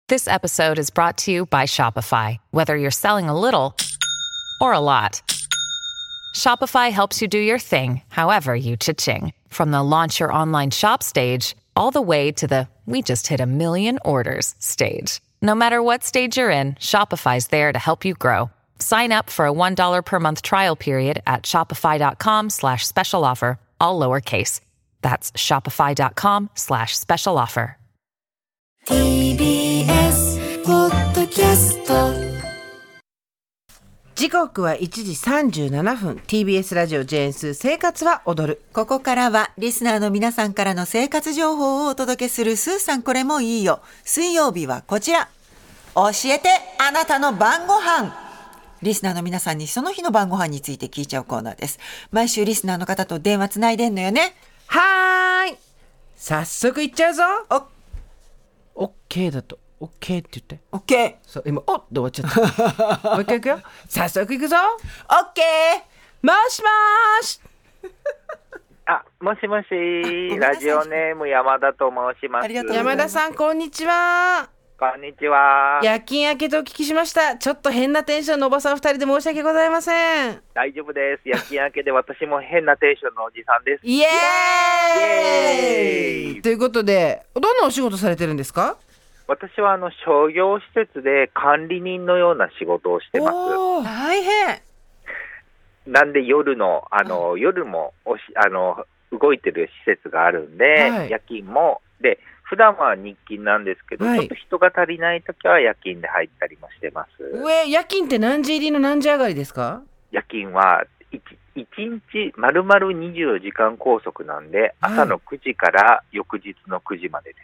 This episode is brought to you by Shopify. Whether you're selling a little or a lot, Shopify helps you do your thing, however you cha-ching. From the launch your online shop stage, all the way to the we just hit 1 million orders stage. No matter what stage you're in, Shopify's there to help you grow. Sign up for a $1 per month trial period at shopify.com/special offer, all lowercase. That's shopify.com/special offer. TBS ポッドキャスト。 時刻は1時37分。 TBS ラジオジェーンス生活は踊る。 ここからはリスナーの皆さんからの生活情報をお届けするスーさんこれもいいよ。水曜日はこちら、教えてあなたの晩ご飯。リスナーの皆さんにその日の晩ご飯について聞いちゃうコーナーです。毎週リスナーの方と電話つないでんのよね。 はーい、早速いっちゃうぞ。オッケーだとオッケーって言って。 オッケー。 そう、今おっで終わっちゃったもう一回いくよ。早速いくぞ。 オッケー。 もしもーしもしもし、ラジオネーム山田と申します。 ありがとうございます。 山田さん、こんにちは。 こんにちは。 夜勤明けとお聞きしました。ちょっと変なテンションのおばさん2人で申し訳ございません。 大丈夫です。夜勤明けで私も変なテンションのおじさんです。 イエーイイエーイということで、どんなお仕事されてるんですか？ 私は商業施設で管理人のような仕事をしてます。 おー、 大変。 なんで夜の夜も動いてる施設があるんで、 はい、 夜勤もで普段は日勤なんですけど、 はい、 ちょっと人が足りないときは夜勤で入ったりもしてます。 夜勤って何時入りの何時上がりですか？ 夜勤は1日丸々24時間拘束なんで、朝の9時から翌日の9時までです。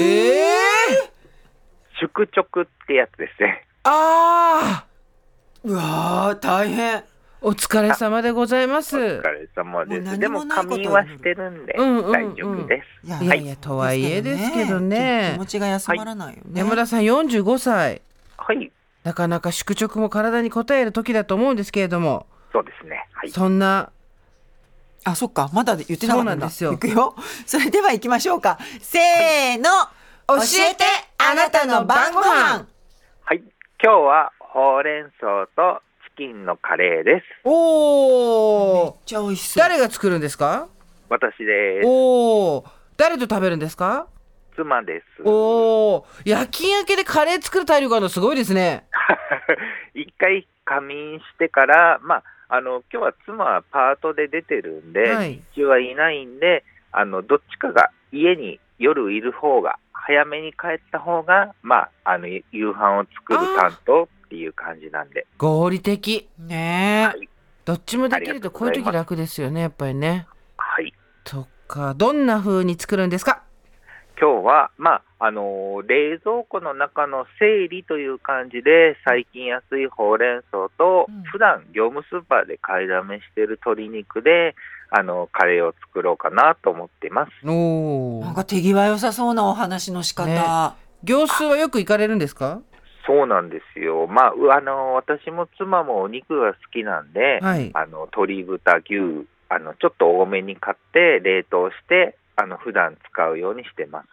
宿直ってやつですね。 あー、うわー大変。 お疲れ様でございます。 お疲れ様です。でも仮眠はしてるんで大丈夫です。 いやいや、とはいえですけどね、 気持ちが休まらないよね。 山田さん45歳。 はい。 なかなか宿直も体に応える時だと思うんですけれども。 そうですね。はい。 そんな。 そっか、まだ言ってなかったんだ。 そうなんですよ。 いくよ。それでは行きましょうか。せーの、教えてあなたの晩ご飯。 はい。今日はほうれん草とチキンのカレーです。 めっちゃ美味しそう。 誰が作るんですか？ 私です。 誰と食べるんですか？ 妻です。 夜勤明けでカレー作る体力あるのすごいですね。 一回仮眠してから、今日は妻はパートで出てるんで、 はい、 日中はいないんで、どっちかが家に夜いる方が、早めに帰った方が、夕飯を作る担当っていう感じなんで。 合理的。 ねえ、 はい。 どっちもできるとこういう時楽ですよね、やっぱりね。 はい。 そっか、どんな風に作るんですか？ 今日は、冷蔵庫の中の整理という感じで、最近安いほうれん草と、普段業務スーパーで買いだめしている鶏肉で、カレーを作ろうかなと思っています。 なんか手際良さそうなお話の仕方、ね。 業スーはよく行かれるんですか？ そうなんですよ。私も妻もお肉が好きなんで、 はい、 鶏、豚、牛、ちょっと多めに買って冷凍して、普段使うようにしてます。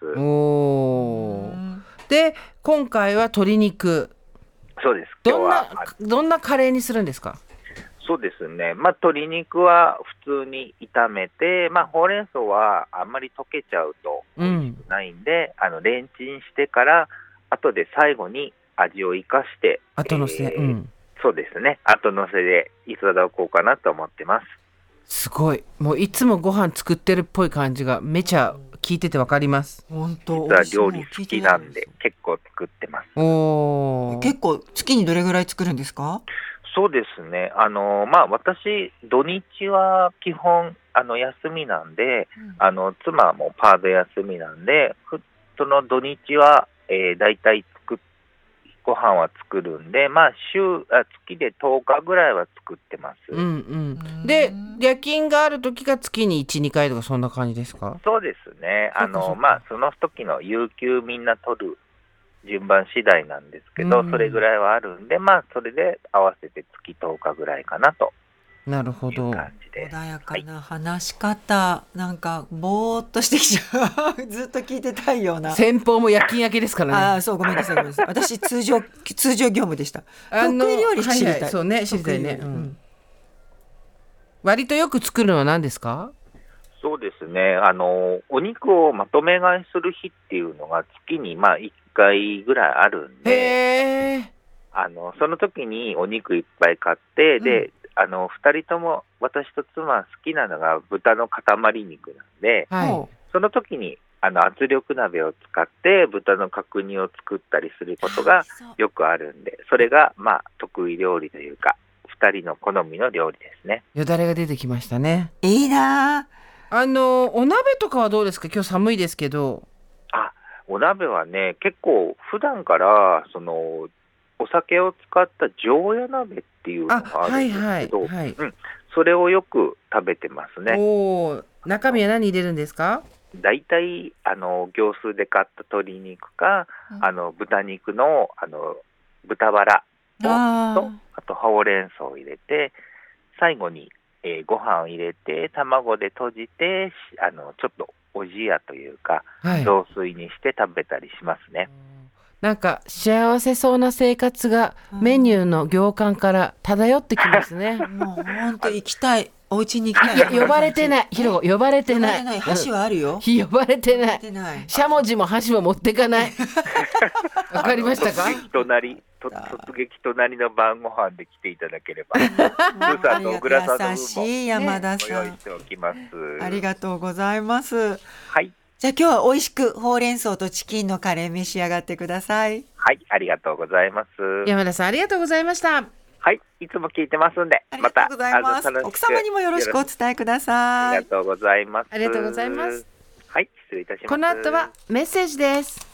で、今回は鶏肉。 そうです。今日はどんなカレーにするんですか？ そうですね。鶏肉は普通に炒めて、ほうれん草はあんまり溶けちゃうと美味しくないんで、レンチンしてから後で最後に味を生かして後乗せ、 そうですね。後乗せでいただこうかなと思ってます。 すごい。もういつもご飯作ってるっぽい感じがめちゃ聞いててわかります。 本当。 実は料理好きなんで結構作ってます。 結構月にどれぐらい作るんですか？ そうですね。私土日は基本休みなんで、妻もパート休みなんで、その土日はだいたいご飯は作るんで、月で10日ぐらいは作ってます。 で、夜勤がある時が月に1、2回とかそんな感じですか？ そうですね。その時の有給みんな取る順番次第なんですけど、それぐらいはあるんで、それで合わせて月10日ぐらいかなと。 なるほど。 感じで。 穏やかな話し方、なんかぼーっとしてきちゃうずっと聞いてたいような。 先方も夜勤明けですからね。 ああ、そう、ごめんなさい、ごめんなさい。私通常業務でした。得意料理知りたい。 はいはい、そうね、知りたいね。 得意料理割とよく作るのは何ですか？ そうですね。お肉をまとめ買いする日っていうのが月に1回ぐらいあるんで、 へー。 その時にお肉いっぱい買って、で、2人とも私と妻好きなのが豚の塊肉なんで、 はその時に圧力鍋を使って豚の角煮を作ったりすることがよくあるんで、それが得意料理というか、2人の好みの料理ですね。 い。よだれが出てきましたね。 いいな。 お鍋とかはどうですか？今日寒いですけど。 お鍋はね、結構普段からお酒を使った常夜鍋っていうのがあるんですけど、それをよく食べてますね。 おー、中身は何入れるんですか？ だいたい業スーで買った鶏肉か、豚肉の豚バラとあとほうれん草を入れて、最後に、ご飯を入れて卵で閉じてちょっとおじやというか、雑炊にして食べたりしますね。 なんか幸せそうな生活がメニューの行間から漂ってきますね。 もう本当行きたい。お家に行きたい。 呼ばれてない。ひろこ呼ばれてない。 箸はあるよ。 呼ばれてない。しゃもじも箸も持ってかない。わかりましたか？ 突撃隣の晩ご飯で来ていただければ、スーさんと小倉さんの分も優しい山田ごさん。 用意しておきます。 ありがとうございます。 はい。 じゃあ今日は美味しくほうれん草とチキンのカレー召し上がってください。 はい、ありがとうございます。 山田さんありがとうございました。 はい、いつも聞いてますんで、 ありがとうございます。奥様にもよろしくお伝えください。 ありがとうございます。 ありがとうございます。 はい、失礼いたします。 この後はメッセージです。